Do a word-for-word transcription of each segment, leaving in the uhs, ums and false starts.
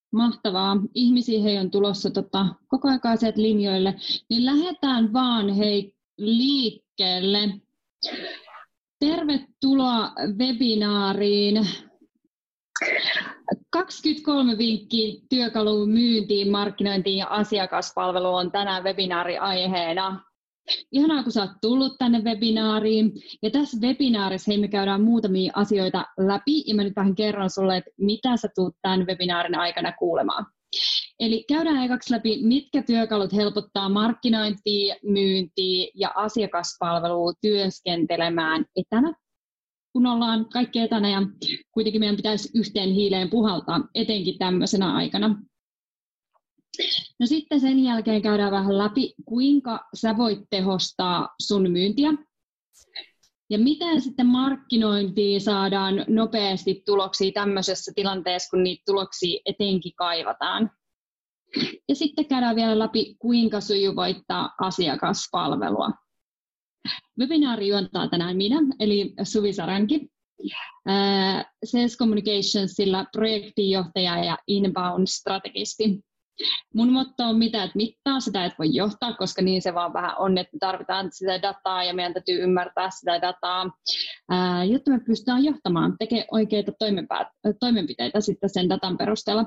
Mahtavaa. Ihmisiä hei on tulossa tota, koko ajan sieltä linjoille, niin lähdetään vaan hei liikkeelle. Tervetuloa webinaariin. kaksikymmentäkolme vinkkiä työkaluun myyntiin, markkinointiin ja asiakaspalveluun on tänään webinaari-aiheena. Ihanaa, kun sä oot tullut tänne webinaariin. Ja tässä webinaarissa hei, me käydään muutamia asioita läpi ja mä nyt vähän kerron sulle, että mitä sä tulet tämän webinaarin aikana kuulemaan. Eli käydään ekaksi läpi, mitkä työkalut helpottaa markkinointia, myyntiä ja asiakaspalvelua työskentelemään etänä, kun ollaan kaikki etänä ja kuitenkin meidän pitäisi yhteen hiileen puhaltaa, etenkin tämmöisenä aikana. No sitten sen jälkeen käydään vähän läpi, kuinka sä voit tehostaa sun myyntiä ja miten sitten markkinointiin saadaan nopeasti tuloksia tämmöisessä tilanteessa, kun niitä tuloksia etenkin kaivataan. Ja sitten käydään vielä läpi, kuinka sujuvoittaa asiakaspalvelua. Webinaari juontaa tänään minä, eli Suvi Saranki, Sales Communicationsilla projektinjohtaja ja inbound-strategisti. Mun motto on mitä, että mittaa, sitä et voi johtaa, koska niin se vaan vähän on, että tarvitaan sitä dataa ja meidän täytyy ymmärtää sitä dataa, ää, jotta me pystytään johtamaan, tekemään oikeita toimenpiteitä sitten sen datan perusteella.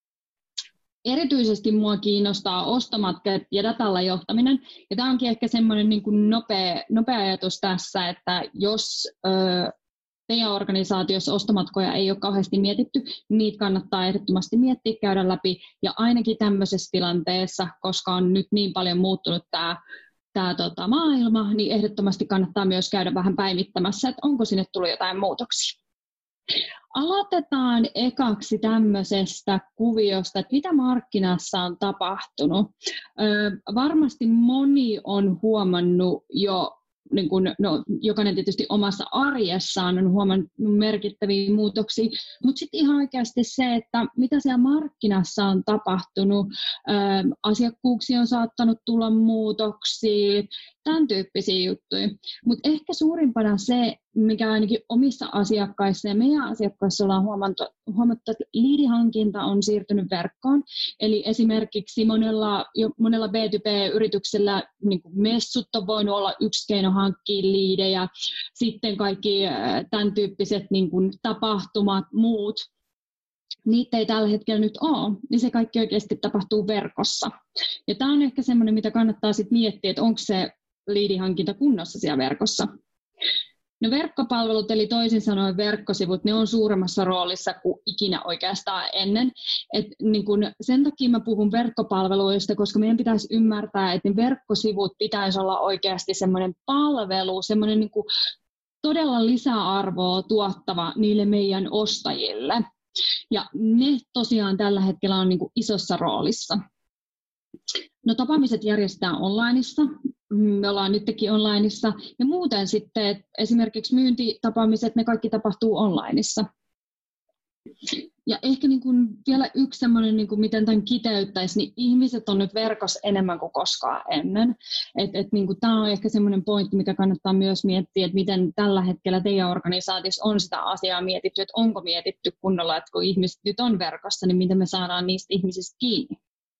Erityisesti mua kiinnostaa ostomatkat ja datalla johtaminen, ja tämä onkin ehkä semmoinen niin kuin nopea, nopea ajatus tässä, että jos ö, teidän organisaatiossa ostomatkoja ei ole kauheasti mietitty, niin niitä kannattaa ehdottomasti miettiä, käydä läpi, ja ainakin tämmöisessä tilanteessa, koska on nyt niin paljon muuttunut tämä, tämä tota, maailma, niin ehdottomasti kannattaa myös käydä vähän päivittämässä, että onko sinne tullut jotain muutoksia. Aloitetaan ekaksi tämmöisestä kuviosta, että mitä markkinassa on tapahtunut. Öö, varmasti moni on huomannut jo, niin kun, no, jokainen tietysti omassa arjessaan on huomannut merkittäviä muutoksia, mutta sitten ihan oikeasti se, että mitä siellä markkinassa on tapahtunut, öö, asiakkuuksia on saattanut tulla muutoksia, tämän tyyppisiä juttuja. Mutta ehkä suurimpana se, mikä ainakin omissa asiakkaissa ja meidän asiakkaissa ollaan huomattu, huomattu että liidihankinta on siirtynyt verkkoon. Eli esimerkiksi monella, monella B two B-yrityksellä niin kuin messut on voinut olla yksi keino hankkia liidejä, sitten kaikki tämän tyyppiset niin kuin tapahtumat, muut. Niitä ei tällä hetkellä nyt ole, niin se kaikki oikeasti tapahtuu verkossa. Ja tämä on ehkä semmoinen, mitä kannattaa sitten miettiä, että onko se liidihankinta kunnossa siellä verkossa. No verkkopalvelut, eli toisin sanoen verkkosivut, ne on suuremmassa roolissa kuin ikinä oikeastaan ennen. Et niin kun sen takia mä puhun verkkopalveluista, koska meidän pitäisi ymmärtää, että ne verkkosivut pitäisi olla oikeasti semmoinen palvelu, semmoinen niin kuin todella lisäarvoa tuottava niille meidän ostajille. Ja ne tosiaan tällä hetkellä on niin kuin isossa roolissa. No tapaamiset järjestetään onlineissa. Me ollaan nytkin onlineissa. Ja muuten sitten esimerkiksi myyntitapaamiset, ne kaikki tapahtuu onlineissa. Ja ehkä niin kuin vielä yksi semmoinen, niin kuin miten tämän kiteyttäisi, niin ihmiset on nyt verkossa enemmän kuin koskaan ennen. Et, et niin kuin tämä on ehkä semmoinen pointti, mikä kannattaa myös miettiä, että miten tällä hetkellä teidän organisaatiossa on sitä asiaa mietitty, että onko mietitty kunnolla, että kun ihmiset nyt on verkossa, niin miten me saadaan niistä ihmisistä kiinni.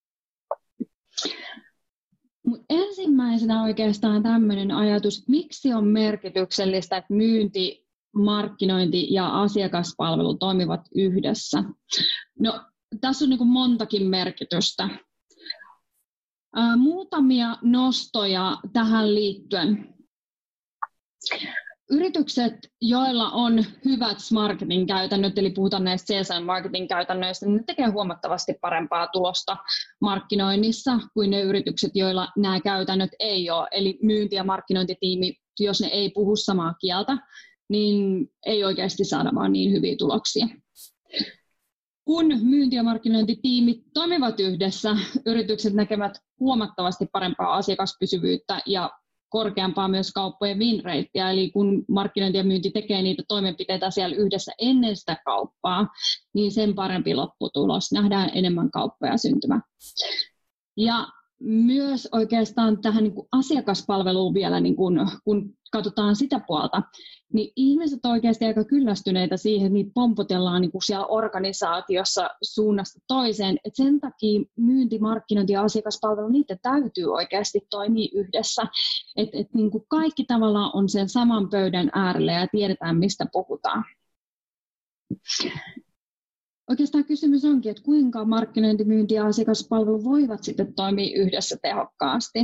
Mut ensimmäisenä oikeastaan tämmöinen ajatus, että miksi on merkityksellistä, että myynti, markkinointi ja asiakaspalvelu toimivat yhdessä. No, tässä on niin kuin montakin merkitystä. Ää, muutamia nostoja tähän liittyen. Yritykset, joilla on hyvät marketing-käytännöt, eli puhutaan näistä sales and marketing-käytännöistä, niin ne tekee huomattavasti parempaa tulosta markkinoinnissa kuin ne yritykset, joilla nämä käytännöt ei ole. Eli myynti- ja markkinointitiimi, jos ne ei puhu samaa kieltä, niin ei oikeasti saada vaan niin hyviä tuloksia. Kun myynti- ja markkinointitiimit toimivat yhdessä, yritykset näkevät huomattavasti parempaa asiakaspysyvyyttä ja korkeampaa myös kauppojen win ratea, eli kun markkinointi ja myynti tekee niitä toimenpiteitä siellä yhdessä ennen sitä kauppaa, niin sen parempi lopputulos. Nähdään enemmän kauppoja syntymään. Ja myös oikeastaan tähän niin kuin asiakaspalveluun vielä, niin kuin, kun katsotaan sitä puolta, niin ihmiset oikeasti aika kyllästyneitä siihen, että niitä pompotellaan niin kuin siellä organisaatiossa suunnasta toiseen. Et sen takia myynti, markkinointi ja asiakaspalvelu, niiden täytyy oikeasti toimia yhdessä. Et, et niin kuin kaikki tavallaan on sen saman pöydän äärellä ja tiedetään, mistä puhutaan. Oikeastaan kysymys onkin, että kuinka markkinointi, myynti ja asiakaspalvelu voivat sitten toimia yhdessä tehokkaasti.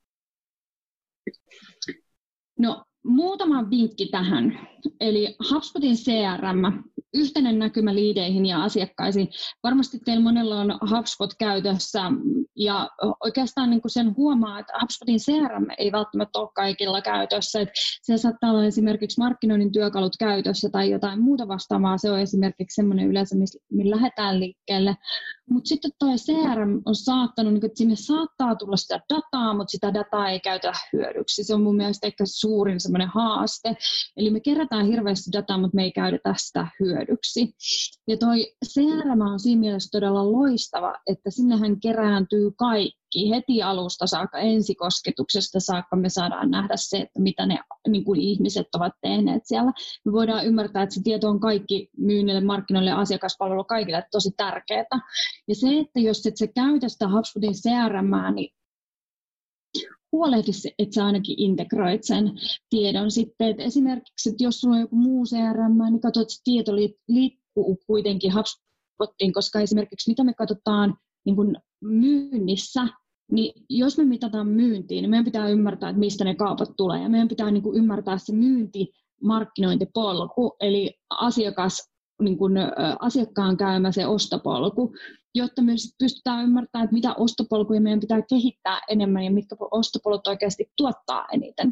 No, muutama vinkki tähän. Eli HubSpotin C R M, yhteinen näkymä liideihin ja asiakkaisiin. Varmasti teillä monella on HubSpot käytössä ja oikeastaan niin kuin sen huomaa, että HubSpotin C R M ei välttämättä ole kaikilla käytössä. Että siellä saattaa olla esimerkiksi markkinoinnin työkalut käytössä tai jotain muuta vastaavaa. Se on esimerkiksi sellainen yleensä, millä lähdetään liikkeelle. Mutta sitten tuo C R M on saattanut, niin että sinne saattaa tulla sitä dataa, mutta sitä dataa ei käytä hyödyksi. Se on mun mielestä ehkä suurin semmoinen haaste. Eli me kerätään hirveästi dataa, mutta me ei käytetä sitä hyödyksi. Ja toi C R M on siinä mielessä todella loistava, että sinnehän kerääntyy kaikki heti alusta saakka, ensikosketuksesta saakka me saadaan nähdä se, että mitä ne niin kuin ihmiset ovat tehneet siellä. Me voidaan ymmärtää, että se tieto on kaikki myynnille, markkinoille ja asiakaspalveluille kaikille tosi tärkeää. Ja se, että jos et sä käytä sitä HubSpotin C R M:ää, niin huolehdi, että sä ainakin integroit sen tiedon sitten. Että esimerkiksi, että jos sulla on joku muu C R M, niin katso, että se tieto liikkuu kuitenkin HubSpotiin, koska esimerkiksi mitä me katsotaan niin kuin myynnissä, niin jos me mitataan myyntiin, niin meidän pitää ymmärtää, että mistä ne kaupat tulee. Ja meidän pitää niin kuin ymmärtää se myynti-markkinointipolku, eli asiakas, niin kuin, asiakkaan käymä se ostopolku, jotta me pystytään ymmärtämään, että mitä ostopolkuja meidän pitää kehittää enemmän ja mitkä ostopolut oikeasti tuottaa eniten.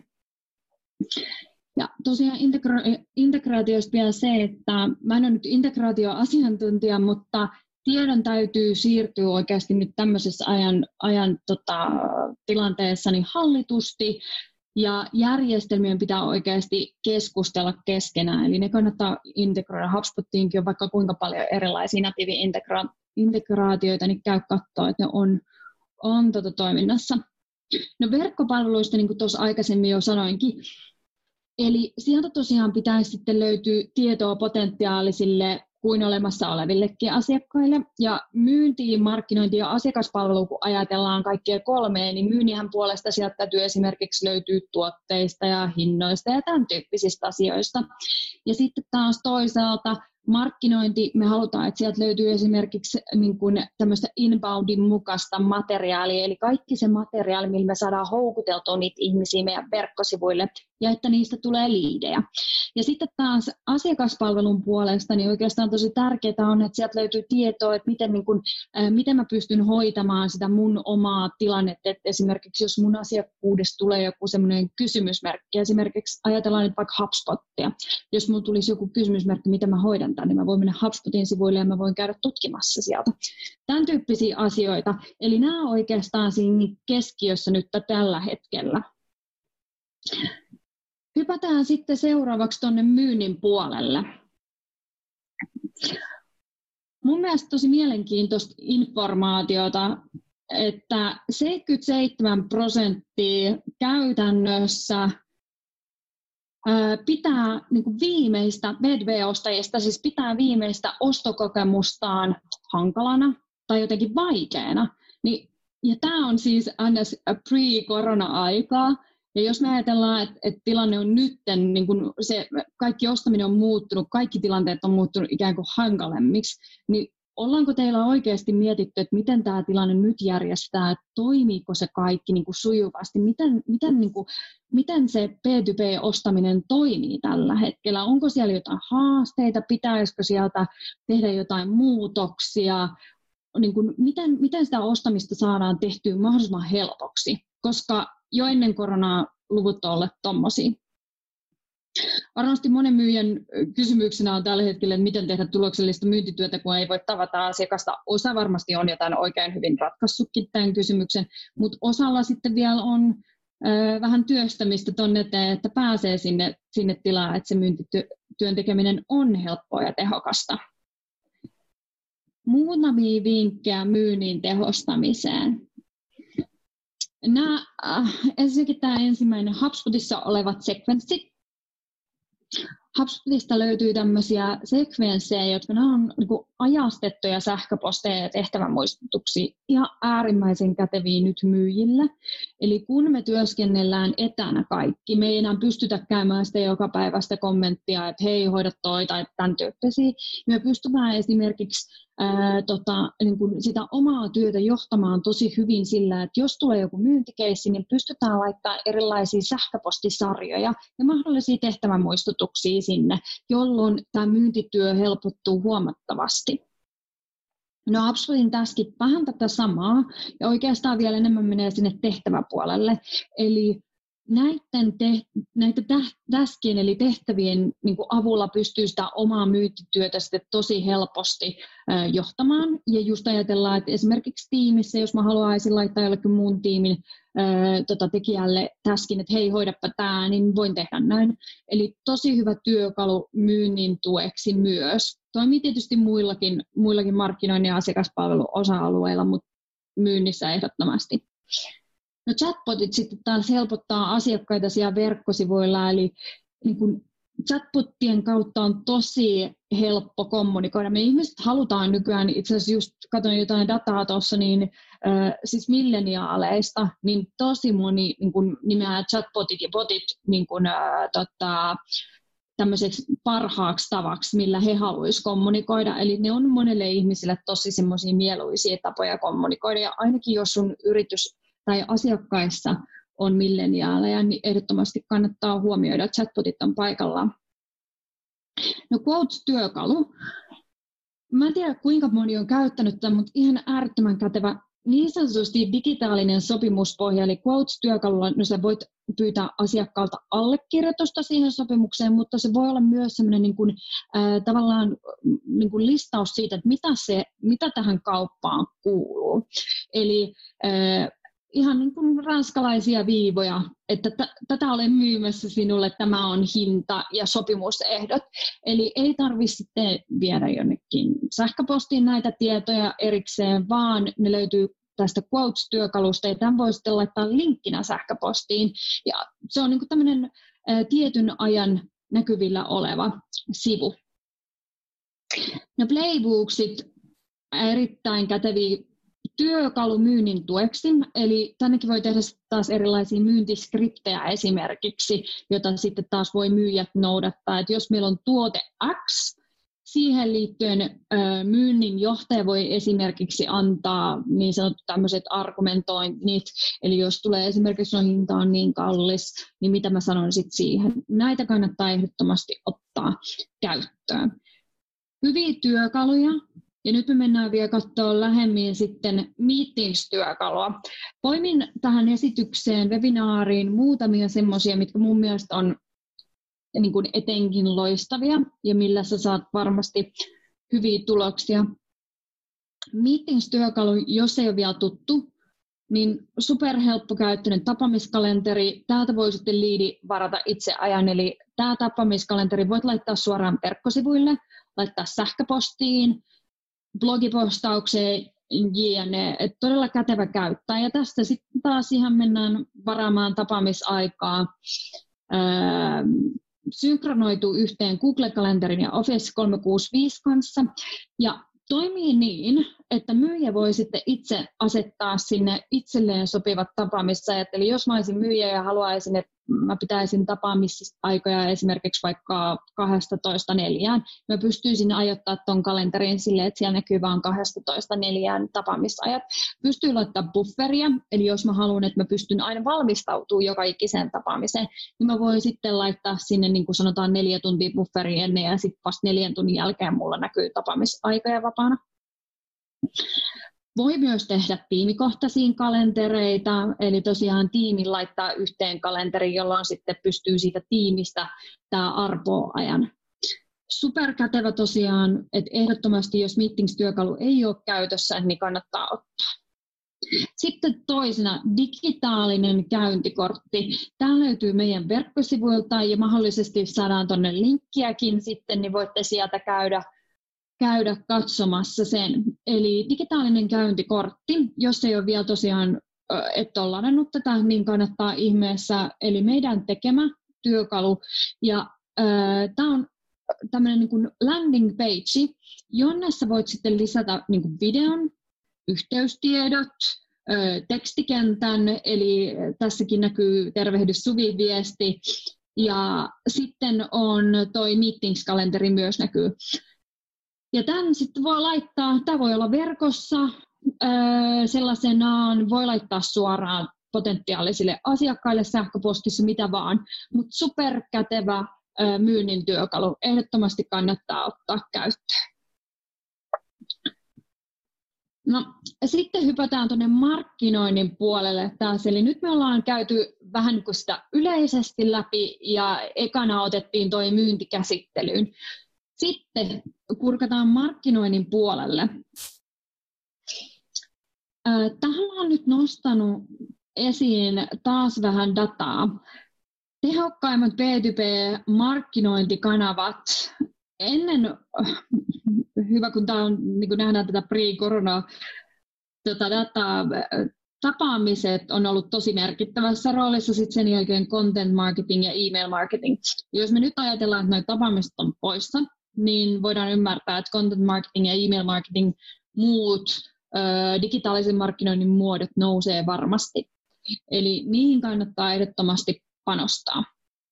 Ja tosiaan integra- integraatiosta vielä se, että mä en ole nyt integraatioasiantuntija, mutta tiedon täytyy siirtyä oikeasti nyt tämmöisessä ajan, ajan tota, tilanteessa niin hallitusti, ja järjestelmien pitää oikeasti keskustella keskenään, eli ne kannattaa integroida. HubSpotiinkin on vaikka kuinka paljon erilaisia natiivi-integraatioita, niin käy katsoa, että ne on, on tota toiminnassa. No verkkopalveluista, niin kuin tuossa aikaisemmin jo sanoinkin, eli sieltä tosiaan pitäisi sitten löytyä tietoa potentiaalisille kuin olemassa olevillekin asiakkaille. Ja myyntiin, markkinointiin ja asiakaspalveluun, kun ajatellaan kaikkia kolmea, niin myynnihän puolesta sieltä täytyy esimerkiksi löytyä tuotteista ja hinnoista ja tämän tyyppisistä asioista. Ja sitten taas toisaalta markkinointi, me halutaan, että sieltä löytyy esimerkiksi niin kuin tämmöistä inboundin mukaista materiaalia, eli kaikki se materiaali, millä me saadaan houkuteltua niitä ihmisiä meidän verkkosivuille, ja että niistä tulee liidejä. Ja sitten taas asiakaspalvelun puolesta, niin oikeastaan tosi tärkeää on, että sieltä löytyy tietoa, että miten, niin kuin, äh, miten mä pystyn hoitamaan sitä mun omaa tilannetta, että esimerkiksi jos mun asiakkuudesta tulee joku semmoinen kysymysmerkki, esimerkiksi ajatellaan nyt vaikka HubSpotia, jos mun tulisi joku kysymysmerkki, miten mä hoidan tämän, niin mä voin mennä HubSpotin sivuille ja mä voin käydä tutkimassa sieltä. Tämän tyyppisiä asioita, eli nämä on oikeastaan siinä keskiössä nyt tällä hetkellä. Hypätään sitten seuraavaksi tuonne myynnin puolelle. Mun mielestä tosi mielenkiintoista informaatiota, että seitsemänkymmentäseitsemän prosenttia käytännössä pitää niin kuin viimeistä B two B-ostajista, siis pitää viimeistä ostokokemustaan hankalana tai jotenkin vaikeana. Niin, ja tämä on siis ns. Pre-korona-aikaa. Ja jos me ajatellaan, että, että tilanne on nyt, niin kun se kaikki ostaminen on muuttunut, kaikki tilanteet on muuttunut ikään kuin hankalemmiksi, niin ollaanko teillä oikeasti mietitty, että miten tämä tilanne nyt järjestää, että toimiiko se kaikki niin kuin sujuvasti, miten, miten, niin kuin, miten se B two B-ostaminen toimii tällä hetkellä, onko siellä jotain haasteita, pitäisikö sieltä tehdä jotain muutoksia, niin kuin, miten, miten sitä ostamista saadaan tehtyä mahdollisimman helpoksi, koska jo ennen koronaa luvut on olleet tommosia. Varmasti monen myyjän kysymyksenä on tällä hetkellä, että miten tehdä tuloksellista myyntityötä, kun ei voi tavata asiakasta. Osa varmasti on jotain oikein hyvin ratkaissutkin tämän kysymyksen, mutta osalla sitten vielä on äh, vähän työstämistä tuonne eteen, että pääsee sinne, sinne tilaan, että se myyntityön tekeminen on helppoa ja tehokasta. Muutamia vinkkejä myynnin tehostamiseen. Nämä, äh, ensinnäkin tämä ensimmäinen HubSpotissa olevat sekvenssit. HubSpotista löytyy tämmöisiä sekvenssejä, jotka on niin kuin ajastettuja sähköposteja ja tehtävämuistutuksia ihan äärimmäisen käteviä nyt myyjille. Eli kun me työskennellään etänä kaikki, me ei enää pystytä käymään sitä joka päivästä kommenttia, että hei, hoida toi tai tämän tyyppisiä. Me pystytään esimerkiksi ää, tota, niin kuin sitä omaa työtä johtamaan tosi hyvin sillä, että jos tulee joku myyntikeissi, niin pystytään laittamaan erilaisia sähköpostisarjoja ja mahdollisia tehtävämuistutuksia sinne, jolloin tämä myyntityö helpottuu huomattavasti. No HubSpotin tässäkin vähän tätä samaa ja oikeastaan vielä enemmän menee sinne tehtäväpuolelle. Eli näiden te, näitä täskien eli tehtävien niin kuin avulla pystyy sitä omaa myyntityötä sitten tosi helposti äh, johtamaan. Ja just ajatellaan, että esimerkiksi tiimissä, jos mä haluaisin laittaa jollekin muun tiimin äh, tota, tekijälle täskin, että hei, hoidapa tämä, niin voin tehdä näin. Eli tosi hyvä työkalu myynnin tueksi myös. Toimii tietysti muillakin, muillakin markkinoinnin ja asiakaspalveluosa-alueilla, mutta myynnissä ehdottomasti. No chatbotit sitten taas helpottaa asiakkaita siellä verkkosivuilla, eli niin kun chatbotien kautta on tosi helppo kommunikoida. Me ihmiset halutaan nykyään, itse asiassa just katsoin jotain dataa tuossa, niin äh, siis milleniaaleista, niin tosi moni niin kun nimeää chatbotit ja botit niin kun, äh, tota, tämmöiseksi parhaaksi tavaksi, millä he haluaisivat kommunikoida. Eli ne on monelle ihmisille tosi semmoisia mieluisia tapoja kommunikoida, ja ainakin jos sun yritys tai asiakkaissa on milleniaaleja, niin ehdottomasti kannattaa huomioida, että chatbotit on paikallaan. No Quotes-työkalu. Mä en tiedä, kuinka moni on käyttänyt tämän, mutta ihan äärettömän kätevä niin sanotusti digitaalinen sopimuspohja, eli Quotes-työkalulla, no sä voit pyytää asiakkaalta allekirjoitusta siihen sopimukseen, mutta se voi olla myös sellainen niin kuin, äh, tavallaan niin kuin listaus siitä, että mitä, se, mitä tähän kauppaan kuuluu. Eli äh, ihan niin kuin ranskalaisia viivoja, että t- tätä olen myymässä sinulle, tämä on hinta ja sopimusehdot. Eli ei tarvitse sitten viedä jonnekin sähköpostiin näitä tietoja erikseen, vaan ne löytyy tästä Quotes-työkalusta, ja tämän voi sitten laittaa linkkinä sähköpostiin. Ja se on niin kuin tämmöinen ä, tietyn ajan näkyvillä oleva sivu. No Playbooksit, erittäin käteviä työkalu myynnin tueksi, eli tännekin voi tehdä taas erilaisia myyntiskriptejä esimerkiksi, jota sitten taas voi myyjät noudattaa. Et jos meillä on tuote X, siihen liittyen ö, myynnin johtaja voi esimerkiksi antaa niin sanotut tämmöiset argumentoinnit, eli jos tulee esimerkiksi, että hinta on niin kallis, niin mitä mä sanon sitten siihen. Näitä kannattaa ehdottomasti ottaa käyttöön. Hyviä työkaluja. Ja nyt me mennään vielä katsoa lähemmin sitten Meetings-työkalua. Poimin tähän esitykseen, webinaariin muutamia semmoisia, mitkä mun mielestä on niin kuin etenkin loistavia ja millä sä saat varmasti hyviä tuloksia. Meetings-työkalu, jos ei ole vielä tuttu, niin superhelppokäyttöinen tapaamiskalenteri. Täältä voi sitten liidi varata itse ajan, eli tämä tapaamiskalenteri voit laittaa suoraan verkkosivuille, laittaa sähköpostiin, blogipostaukseen, jne. Et todella kätevä käyttää. Ja tästä sitten taas ihan mennään varaamaan tapaamisaikaa. Öö, synkronoituu yhteen Google-kalenterin ja Office kolmesataakuusikymmentäviisi kanssa. Ja toimii niin, että myyjä voi sitten itse asettaa sinne itselleen sopivat tapaamisajat. Eli jos mä olisin myyjä ja haluaisin, että mä pitäisin tapaamisaikoja esimerkiksi vaikka kaksitoista neljään, mä pystyisin ajoittamaan tuon kalenterin silleen, että siellä näkyy vain kaksitoista neljään tapaamisajat. Pystyy laittamaan bufferia, eli jos mä haluan, että mä pystyn aina valmistautumaan joka ikiseen tapaamiseen, niin mä voin sitten laittaa sinne, niin kuin sanotaan, neljä tuntia bufferia ennen, ja sitten vasta neljän tunnin jälkeen mulla näkyy tapaamisaikoja vapaana. Voi myös tehdä tiimikohtaisiin kalentereita, eli tosiaan tiimin laittaa yhteen kalenteriin, jolloin sitten pystyy siitä tiimistä tämä arpoa ajan. Superkätevä tosiaan, että ehdottomasti jos Meetings-työkalu ei ole käytössä, niin kannattaa ottaa. Sitten toisena digitaalinen käyntikortti. Tämä löytyy meidän verkkosivuilta ja mahdollisesti saadaan tuonne linkkiäkin sitten, niin voitte sieltä käydä käydä katsomassa sen. Eli digitaalinen käyntikortti, jos ei ole vielä tosiaan et ole ladannut tätä, niin kannattaa ihmeessä, eli meidän tekemä työkalu. Ja tämä on tämmöinen niin kuin landing page, jonne sä voit sitten lisätä niin kuin videon, yhteystiedot, tekstikentän, eli tässäkin näkyy tervehdys Suvi-viesti, ja sitten on toi Meetings-kalenteri myös näkyy. Ja tämän sitten voi laittaa, tämä voi olla verkossa sellaisenaan, voi laittaa suoraan potentiaalisille asiakkaille sähköpostissa, mitä vaan, mutta superkätevä myynnin työkalu, ehdottomasti kannattaa ottaa käyttöön. No, sitten hypätään tuonne markkinoinnin puolelle taas. Eli nyt me ollaan käyty vähän kuin sitä yleisesti läpi ja ekana otettiin toi myyntikäsittelyyn. Sitten kurkataan markkinoinnin puolelle. Tähän on nyt nostanut esiin taas vähän dataa. Tehokkaimmat B two B-markkinointikanavat ennen, hyvä kun tämä on, niin kuin nähdään tätä pre-korona tota dataa, tapaamiset on ollut tosi merkittävässä roolissa, sitten sen jälkeen content marketing ja email marketing. Jos me nyt ajatellaan, että noita tapaamiset on poissa, niin voidaan ymmärtää, että content marketing ja email marketing muut äh, digitaalisen markkinoinnin muodot nousee varmasti. Eli niihin kannattaa ehdottomasti panostaa.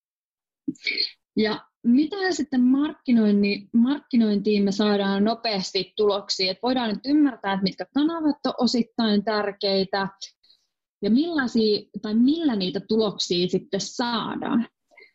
Ja mitä sitten markkinointiin me saadaan nopeasti tuloksia? Et voidaan nyt ymmärtää, että mitkä kanavat on osittain tärkeitä ja millaisia, tai millä niitä tuloksia sitten saadaan.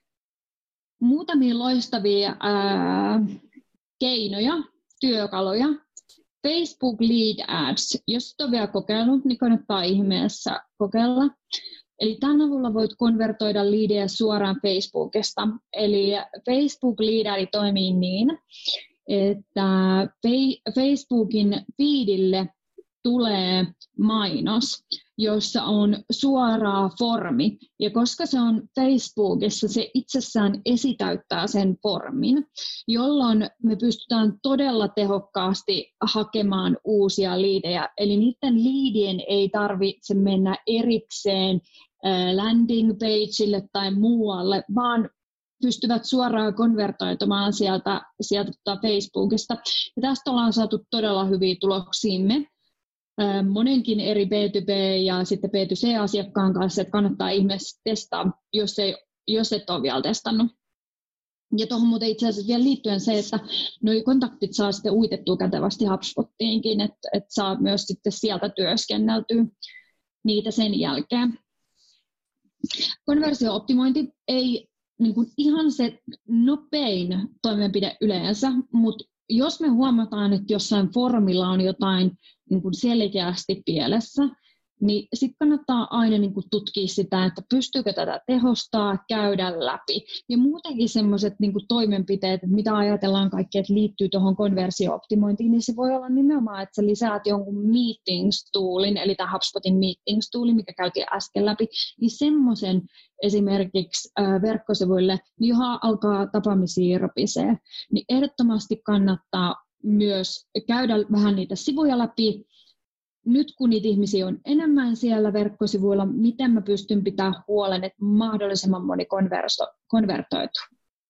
Muutamia loistavia ää, keinoja, työkaluja. Facebook Lead Ads. Jos et ole vielä kokeillut, niin kannattaa ihmeessä kokeilla. Eli tämän avulla voit konvertoida liidejä suoraan Facebookista. Eli Facebook Lead Ad toimii niin, että Facebookin feedille tulee mainos, jossa on suoraa formi. Ja koska se on Facebookissa, se itsessään esitäyttää sen formin, jolloin me pystytään todella tehokkaasti hakemaan uusia liidejä. Eli niiden liidien ei tarvitse mennä erikseen landing pageille tai muualle, vaan pystyvät suoraan konvertoitumaan sieltä, sieltä Facebookista. Ja tästä ollaan saatu todella hyviä tuloksiimme monenkin eri B two B ja sitten B two C-asiakkaan kanssa, että kannattaa ihmeessä testaa, jos, ei, jos et ole vielä testannut. Ja tuohon muuten itse asiassa vielä liittyen se, että nuo kontaktit saa sitten uitettua kätevästi HubSpotiinkin, että, että saa myös sitten sieltä työskenneltyä niitä sen jälkeen. Konversio-optimointi ei niin kuin ihan se nopein toimenpide yleensä, mutta jos me huomataan, että jossain formilla on jotain niin kuin selkeästi pielessä, niin sitten kannattaa aina niin kuin tutkia sitä, että pystyykö tätä tehostaa, käydä läpi. Ja muutenkin sellaiset niin kuin toimenpiteet, että mitä ajatellaan kaikki, että liittyy tuohon konversio-optimointiin, niin se voi olla nimenomaan, että sä lisäät jonkun Meetings-toolin, eli tämä HubSpotin Meetings-tooli, mikä käytiin äsken läpi, niin semmoisen esimerkiksi äh, verkkosivuille, johon alkaa tapaamisia ropisee, niin ehdottomasti kannattaa myös käydä vähän niitä sivuja läpi. Nyt kun niitä ihmisiä on enemmän siellä verkkosivuilla, miten mä pystyn pitämään huolen, että mahdollisimman moni konvertoituu.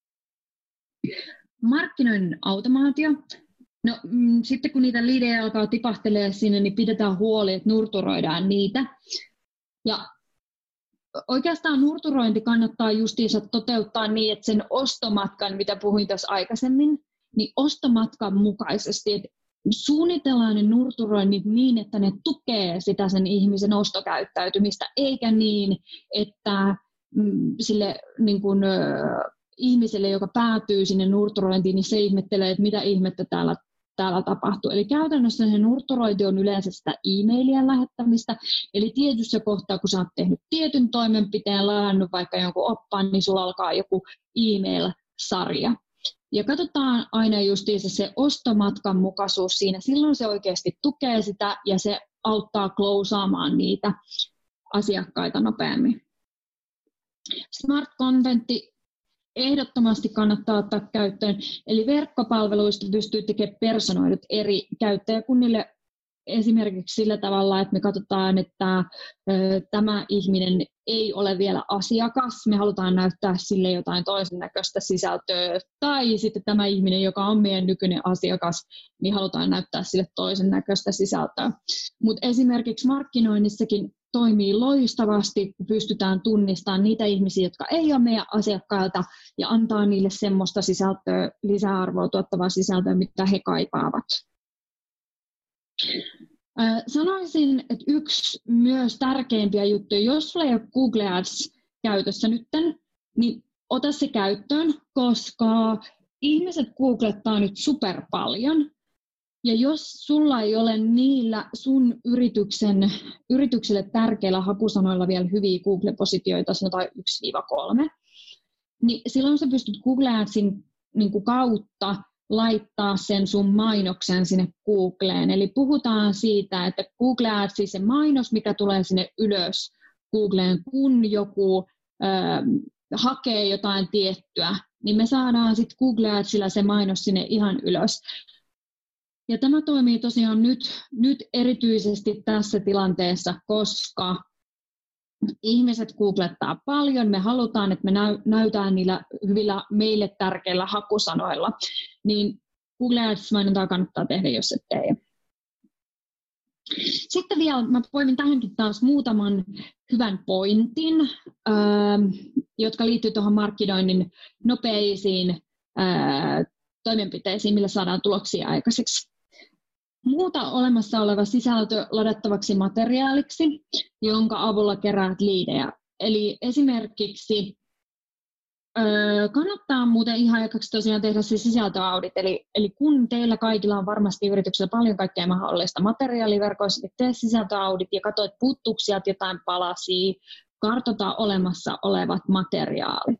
Markkinoinnin automaatio. No, mm, sitten kun niitä liidejä alkaa tipahtelee sinne, niin pidetään huoli, että nurturoidaan niitä. Ja oikeastaan nurturointi kannattaa justiinsa toteuttaa niin, että sen ostomatkan, mitä puhuin tässä aikaisemmin, niin ostomatkan mukaisesti, että suunnitellaan ne nurturoinnit niin, että ne tukee sitä sen ihmisen ostokäyttäytymistä, eikä niin, että sille niin kuin, ihmiselle, joka päätyy sinne nurturointiin, niin se ihmettelee, että mitä ihmettä täällä, täällä tapahtuu. Eli käytännössä se nurturointi on yleensä sitä e-mailien lähettämistä, eli tietyssä kohtaa, kun sä oot tehnyt tietyn toimenpiteen, ladannut vaikka jonkun oppaan, niin sulla alkaa joku e-mail-sarja. Ja katsotaan aina justiinsa se ostomatkan mukaisuus siinä. Silloin se oikeasti tukee sitä ja se auttaa klousaamaan niitä asiakkaita nopeammin. Smart contentti ehdottomasti kannattaa ottaa käyttöön. Eli verkkopalveluista pystyy tekemään personoidut eri käyttäjäkunnille esimerkiksi sillä tavalla, että me katsotaan, että ö, tämä ihminen ei ole vielä asiakas, me halutaan näyttää sille jotain toisen näköistä sisältöä, tai sitten tämä ihminen, joka on meidän nykyinen asiakas, niin halutaan näyttää sille toisen näköistä sisältöä. Mutta esimerkiksi markkinoinnissakin toimii loistavasti, kun pystytään tunnistamaan niitä ihmisiä, jotka ei ole meidän asiakkailta, ja antaa niille semmoista sisältöä, lisäarvoa tuottavaa sisältöä, mitä he kaipaavat. Sanoisin, että yksi myös tärkeimpiä juttuja, jos sulla ei ole Google Ads käytössä nytten, niin ota se käyttöön, koska ihmiset googlettaa nyt super paljon. Ja jos sulla ei ole niillä sun yrityksen, yritykselle tärkeillä hakusanoilla vielä hyviä Google-positioita, sanotaan yksi kolme, niin silloin sä pystyt Google Adsin niin kuin kautta laittaa sen sun mainoksen sinne Googleen. Eli puhutaan siitä, että Google Ads, se mainos, mikä tulee sinne ylös Googleen, kun joku ö, hakee jotain tiettyä, niin me saadaan sitten Google Adsilla se mainos sinne ihan ylös. Ja tämä toimii tosiaan nyt, nyt erityisesti tässä tilanteessa, koska ihmiset googlettaa paljon, me halutaan, että me näytään niillä hyvillä meille tärkeillä hakusanoilla, niin Google Ads-mainontaa kannattaa tehdä, jos et tee. Sitten vielä mä poimin tähänkin taas muutaman hyvän pointin, jotka liittyy tuohon markkinoinnin nopeisiin toimenpiteisiin, millä saadaan tuloksia aikaiseksi. Muuta olemassa oleva sisältö ladattavaksi materiaaliksi, jonka avulla keräät liidejä. Eli esimerkiksi öö, kannattaa muuten ihan aikaksi tosiaan tehdä se sisältöaudit. Eli, eli kun teillä kaikilla on varmasti yrityksellä paljon kaikkea mahdollista materiaaliverkoissa, niin tee sisältöaudit ja katso, että puuttuuko sieltä jotain palasia, kartoita olemassa olevat materiaalit.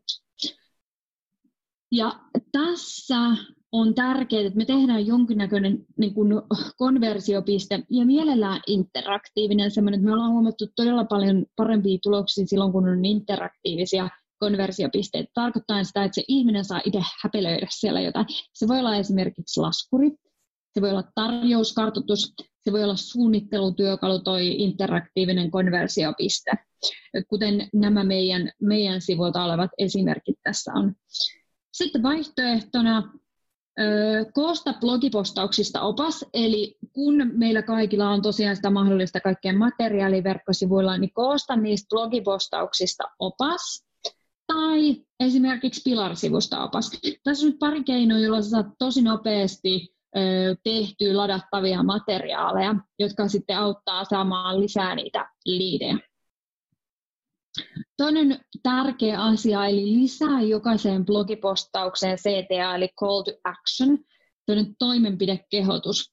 Ja tässä on tärkeää, että me tehdään jonkinnäköinen niin kuin konversiopiste ja mielellään interaktiivinen semmoinen, että me ollaan huomattu todella paljon parempia tuloksia silloin, kun on interaktiivisia konversiopisteitä. Tarkoittaa sitä, että se ihminen saa itse häpelöidä siellä jotain. Se voi olla esimerkiksi laskuri, se voi olla tarjouskartoitus, se voi olla suunnittelutyökalu, toi interaktiivinen konversiopiste, kuten nämä meidän, meidän sivuilta olevat esimerkit tässä on. Sitten vaihtoehtona koosta blogipostauksista opas, eli kun meillä kaikilla on tosiaan sitä mahdollista kaikkien materiaaliverkkosivuilla, niin koosta niistä blogipostauksista opas, tai esimerkiksi Pilar-sivusta opas. Tässä on nyt pari keinoa, joilla sä saat tosi nopeasti tehtyä ladattavia materiaaleja, jotka sitten auttaa saamaan lisää niitä liidejä. Toinen tärkeä asia, eli lisää jokaiseen blogipostaukseen C T A, eli Call to Action, toinen toimenpidekehotus.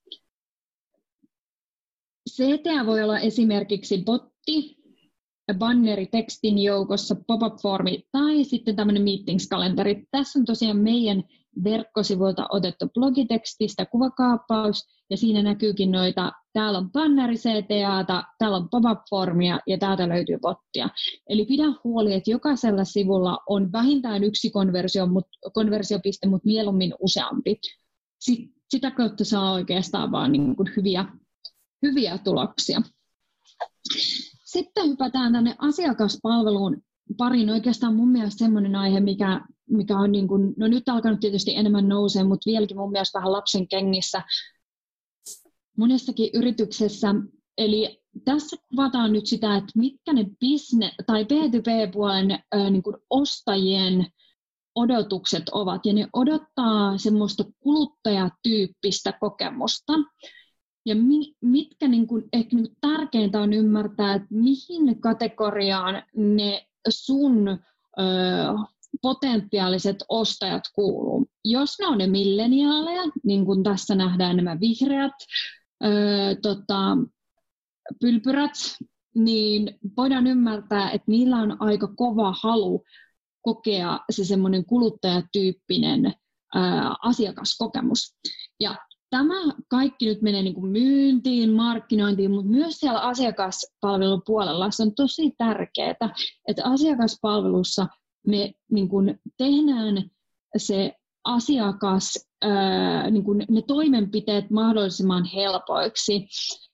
C T A voi olla esimerkiksi botti, banneri tekstin joukossa, pop-up-formi tai sitten tämmöinen meetings-kalenteri. Tässä on tosiaan meidän verkkosivuilta otettu blogitekstistä kuvakaappaus, ja siinä näkyykin noita, täällä on banneri C T A:ta, täällä on pop-up-formia ja täältä löytyy bottia. Eli pidä huoli, että jokaisella sivulla on vähintään yksi konversio, mut, konversiopiste, mutta mieluummin useampi. Sitä kautta saa oikeastaan vaan niin kuin hyviä, hyviä tuloksia. Sitten hypätään tänne asiakaspalveluun pariin. Oikeastaan mun mielestä semmoinen aihe, mikä, mikä on niin kuin, no nyt alkanut tietysti enemmän nousee, mutta vieläkin mun mielestä vähän lapsen kengissä monessakin yrityksessä. Eli tässä kuvataan nyt sitä, että mitkä ne business- tai B two B-puolen äh, niin kuin ostajien odotukset ovat. Ja ne odottaa semmoista kuluttajatyyppistä kokemusta. Ja mi, mitkä niin kuin, ehkä niin kuin tärkeintä on ymmärtää, että mihin kategoriaan ne sun ö, potentiaaliset ostajat kuuluu. Jos ne on ne milleniaaleja, niin kuin tässä nähdään nämä vihreät ö, tota, pylpyrät, niin voidaan ymmärtää, että niillä on aika kova halu kokea se semmoinen kuluttajatyyppinen ö, asiakaskokemus. Ja tämä kaikki nyt menee niin kuin myyntiin, markkinointiin, mutta myös siellä asiakaspalvelun puolella se on tosi tärkeää, että asiakaspalvelussa me niin kuin tehdään se asiakas, ää, niin kuin ne toimenpiteet mahdollisimman helpoiksi.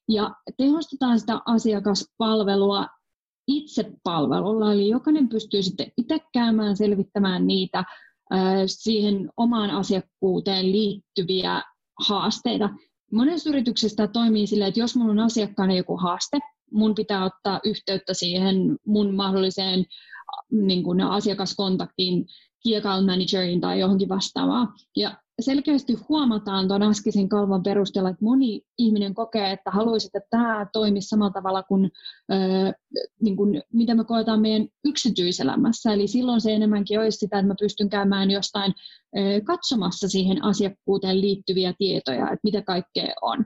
Ja tehostetaan sitä asiakaspalvelua itsepalvelulla, eli jokainen pystyy sitten itse käymään selvittämään niitä siihen omaan asiakkuuteen liittyviä haasteita. Monessa yrityksessä tämä toimii silleen, että jos minulla on asiakkaana joku haaste, mun pitää ottaa yhteyttä siihen mun mahdolliseen niin kuin asiakaskontaktiin, key account manageriin tai johonkin vastaavaan. Ja selkeästi huomataan tuon äskeisen kalvon perusteella, että moni ihminen kokee, että haluaisi, että tämä toimisi samalla tavalla kuin, äh, niin kuin mitä me koetaan meidän yksityiselämässä. Eli silloin se enemmänkin olisi sitä, että mä pystyn käymään jostain äh, katsomassa siihen asiakkuuteen liittyviä tietoja, että mitä kaikkea on.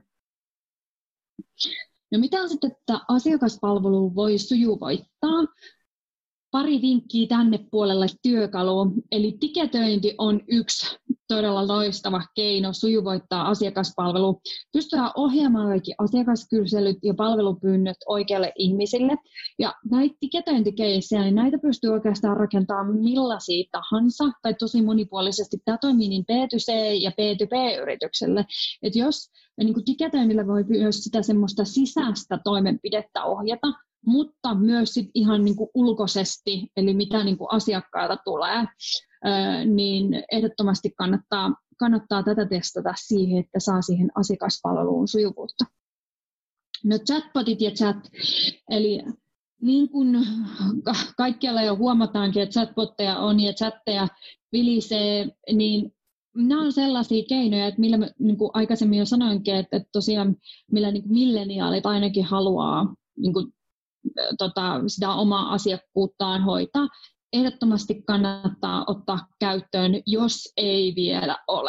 No mitä on sitten, että asiakaspalvelu voi sujuvoittaa? Pari vinkkiä tänne puolelle työkaluun. Eli tiketöinti on yksi todella loistava keino sujuvoittaa asiakaspalvelua. Pystytään ohjaamaan kaikki asiakaskyselyt ja palvelupyynnöt oikealle ihmisille. Ja näitä tiketöintikeissejä, niin näitä pystyy oikeastaan rakentamaan millaisia tahansa, tai tosi monipuolisesti. Tämä toimii niin B to C ja B to B-yritykselle. Että jos niin tiketöinnillä voi myös sitä semmoista sisäistä toimenpidettä ohjata, mutta myös sit ihan niin kuin ulkoisesti, eli mitä niin kuin asiakkailta tulee, niin ehdottomasti kannattaa, kannattaa tätä testata siihen, että saa siihen asiakaspalveluun sujuvuutta. No chatbotit ja chat, eli niin kuin kaikkialla jo huomataankin, että chatbotteja on ja chatteja vilisee, niin nämä on sellaisia keinoja, että millä niin kuin aikaisemmin jo sanoinkin, että tosiaan millä niin kuin milleniaalit ainakin haluaa niin kuin Tota, sitä omaa asiakkuuttaan hoitaa, ehdottomasti kannattaa ottaa käyttöön, jos ei vielä ole.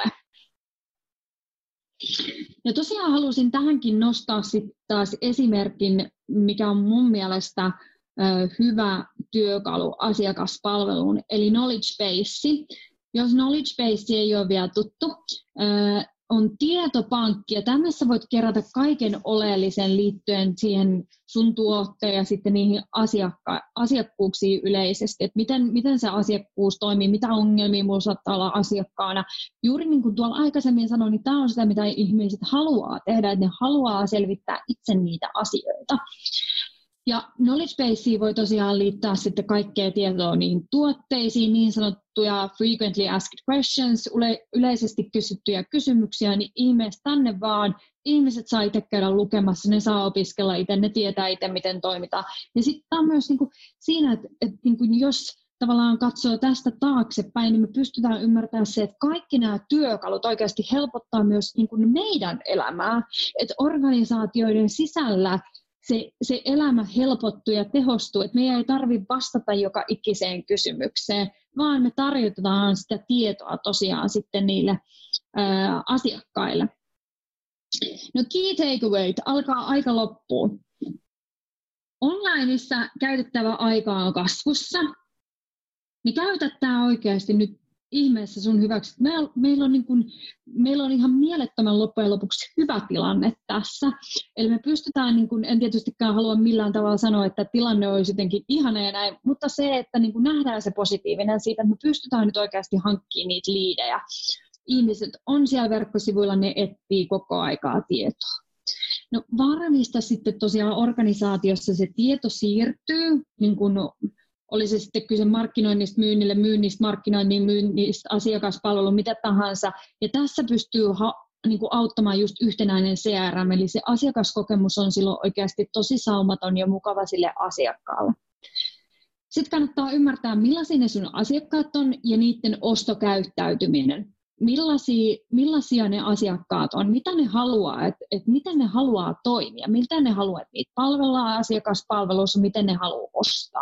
Ja tosiaan halusin tähänkin nostaa sitten taas esimerkin, mikä on mun mielestä ö, hyvä työkalu asiakaspalveluun, eli knowledge base. Jos knowledge base ei ole vielä tuttu, ö, on tietopankki, ja tämmössä voit kerätä kaiken oleellisen liittyen siihen sun tuotteen ja sitten niihin asiakka- asiakkuuksiin yleisesti, että miten, miten se asiakkuus toimii, mitä ongelmia minulla saattaa olla asiakkaana. Juuri niin kuin tuolla aikaisemmin sanoin, niin tämä on sitä, mitä ihmiset haluaa tehdä, että ne haluaa selvittää itse niitä asioita. Ja knowledge baseen voi tosiaan liittää sitten kaikkea tietoa niihin tuotteisiin, niin sanottuja frequently asked questions, yle- yleisesti kysyttyjä kysymyksiä, niin ihmeessä tänne vaan. Ihmiset saa itse käydä lukemassa, ne saa opiskella itse, ne tietää itse, miten toimitaan. Ja sitten tämä on myös niinku siinä, että, että niinku jos tavallaan katsoo tästä taaksepäin, niin me pystytään ymmärtämään se, että kaikki nämä työkalut oikeasti helpottaa myös niinku meidän elämää, että organisaatioiden sisällä Se, se elämä helpottuu ja tehostuu, että meidän ei tarvitse vastata joka ikiseen kysymykseen, vaan me tarjotaan sitä tietoa tosiaan sitten niille ää, asiakkaille. No key takeaway, alkaa aika loppuun. Onlineissa käytettävä aika on kasvussa, niin käytä tämä oikeasti nyt ihmeessä sun hyväksi. Meillä, meillä, on niin kuin, meillä on ihan mielettömän loppujen lopuksi hyvä tilanne tässä. Eli me pystytään, niin kuin, en tietystikään halua millään tavalla sanoa, että tilanne olisi jotenkin ihana ja näin, mutta se, että niin kuin nähdään se positiivinen siitä, että me pystytään nyt oikeasti hankkimaan niitä liidejä. Ihmiset on siellä verkkosivuilla, ne etsii koko aikaa tietoa. No varmista sitten tosiaan organisaatiossa se tieto siirtyy, niin kuin oli se sitten kyse markkinoinnista myynnille, myynnistä markkinoinnin, myynnistä asiakaspalvelu, mitä tahansa. Ja tässä pystyy ha, niin kuin auttamaan just yhtenäinen C R M, eli se asiakaskokemus on silloin oikeasti tosi saumaton ja mukava sille asiakkaalle. Sitten kannattaa ymmärtää, millaisia ne sun asiakkaat on ja niiden ostokäyttäytyminen. Millaisia, millaisia ne asiakkaat on, mitä ne haluaa, että et miten ne haluaa toimia, miltä ne haluaa, että niitä palvellaan asiakaspalvelussa, miten ne haluaa ostaa.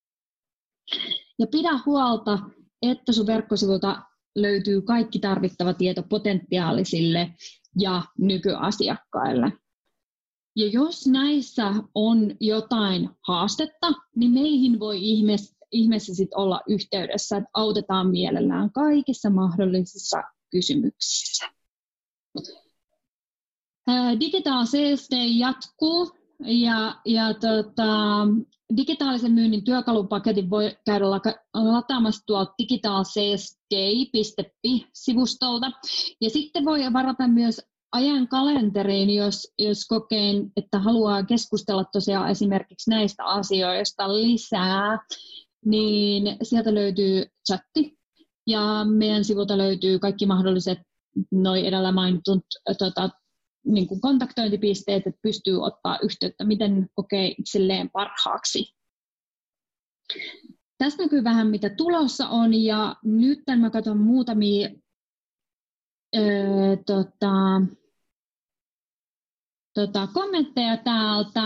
Ja pidä huolta, että sun verkkosivulta löytyy kaikki tarvittava tieto potentiaalisille ja nykyasiakkaille. Ja jos näissä on jotain haastetta, niin meihin voi ihmeessä, ihmeessä sit olla yhteydessä, että autetaan mielellään kaikissa mahdollisissa kysymyksissä. Digital Sales Day jatkuu. Ja, ja tota, digitaalisen myynnin työkalupaketin voi käydä lataamassa tuolta digital sales day piste fi-sivustolta. Ja sitten voi varata myös ajan kalenteriin, jos, jos kokeen, että haluaa keskustella tosiaan esimerkiksi näistä asioista lisää, niin sieltä löytyy chatti ja meidän sivulta löytyy kaikki mahdolliset noi edellä mainitut tota, niin kuin kontaktointipisteet, että pystyy ottaa yhteyttä, miten kokee itselleen parhaaksi. Tässä näkyy vähän, mitä tulossa on, ja nyt mä katson muutamia öö, tota, tota, kommentteja täältä.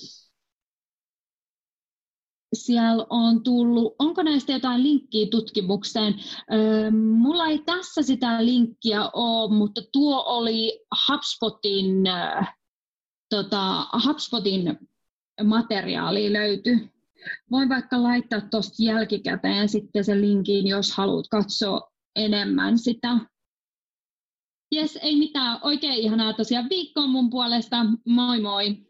Siellä on tullut, onko näistä jotain linkkiä tutkimukseen? Öö, mulla ei tässä sitä linkkiä ole, mutta tuo oli HubSpotin, äh, tota, HubSpotin materiaali löytyi. Voin vaikka laittaa tuosta jälkikäteen sitten sen linkin, jos haluat katsoa enemmän sitä. Jes, ei mitään. Oikein ihanaa tosiaan viikkoa mun puolesta. Moi moi!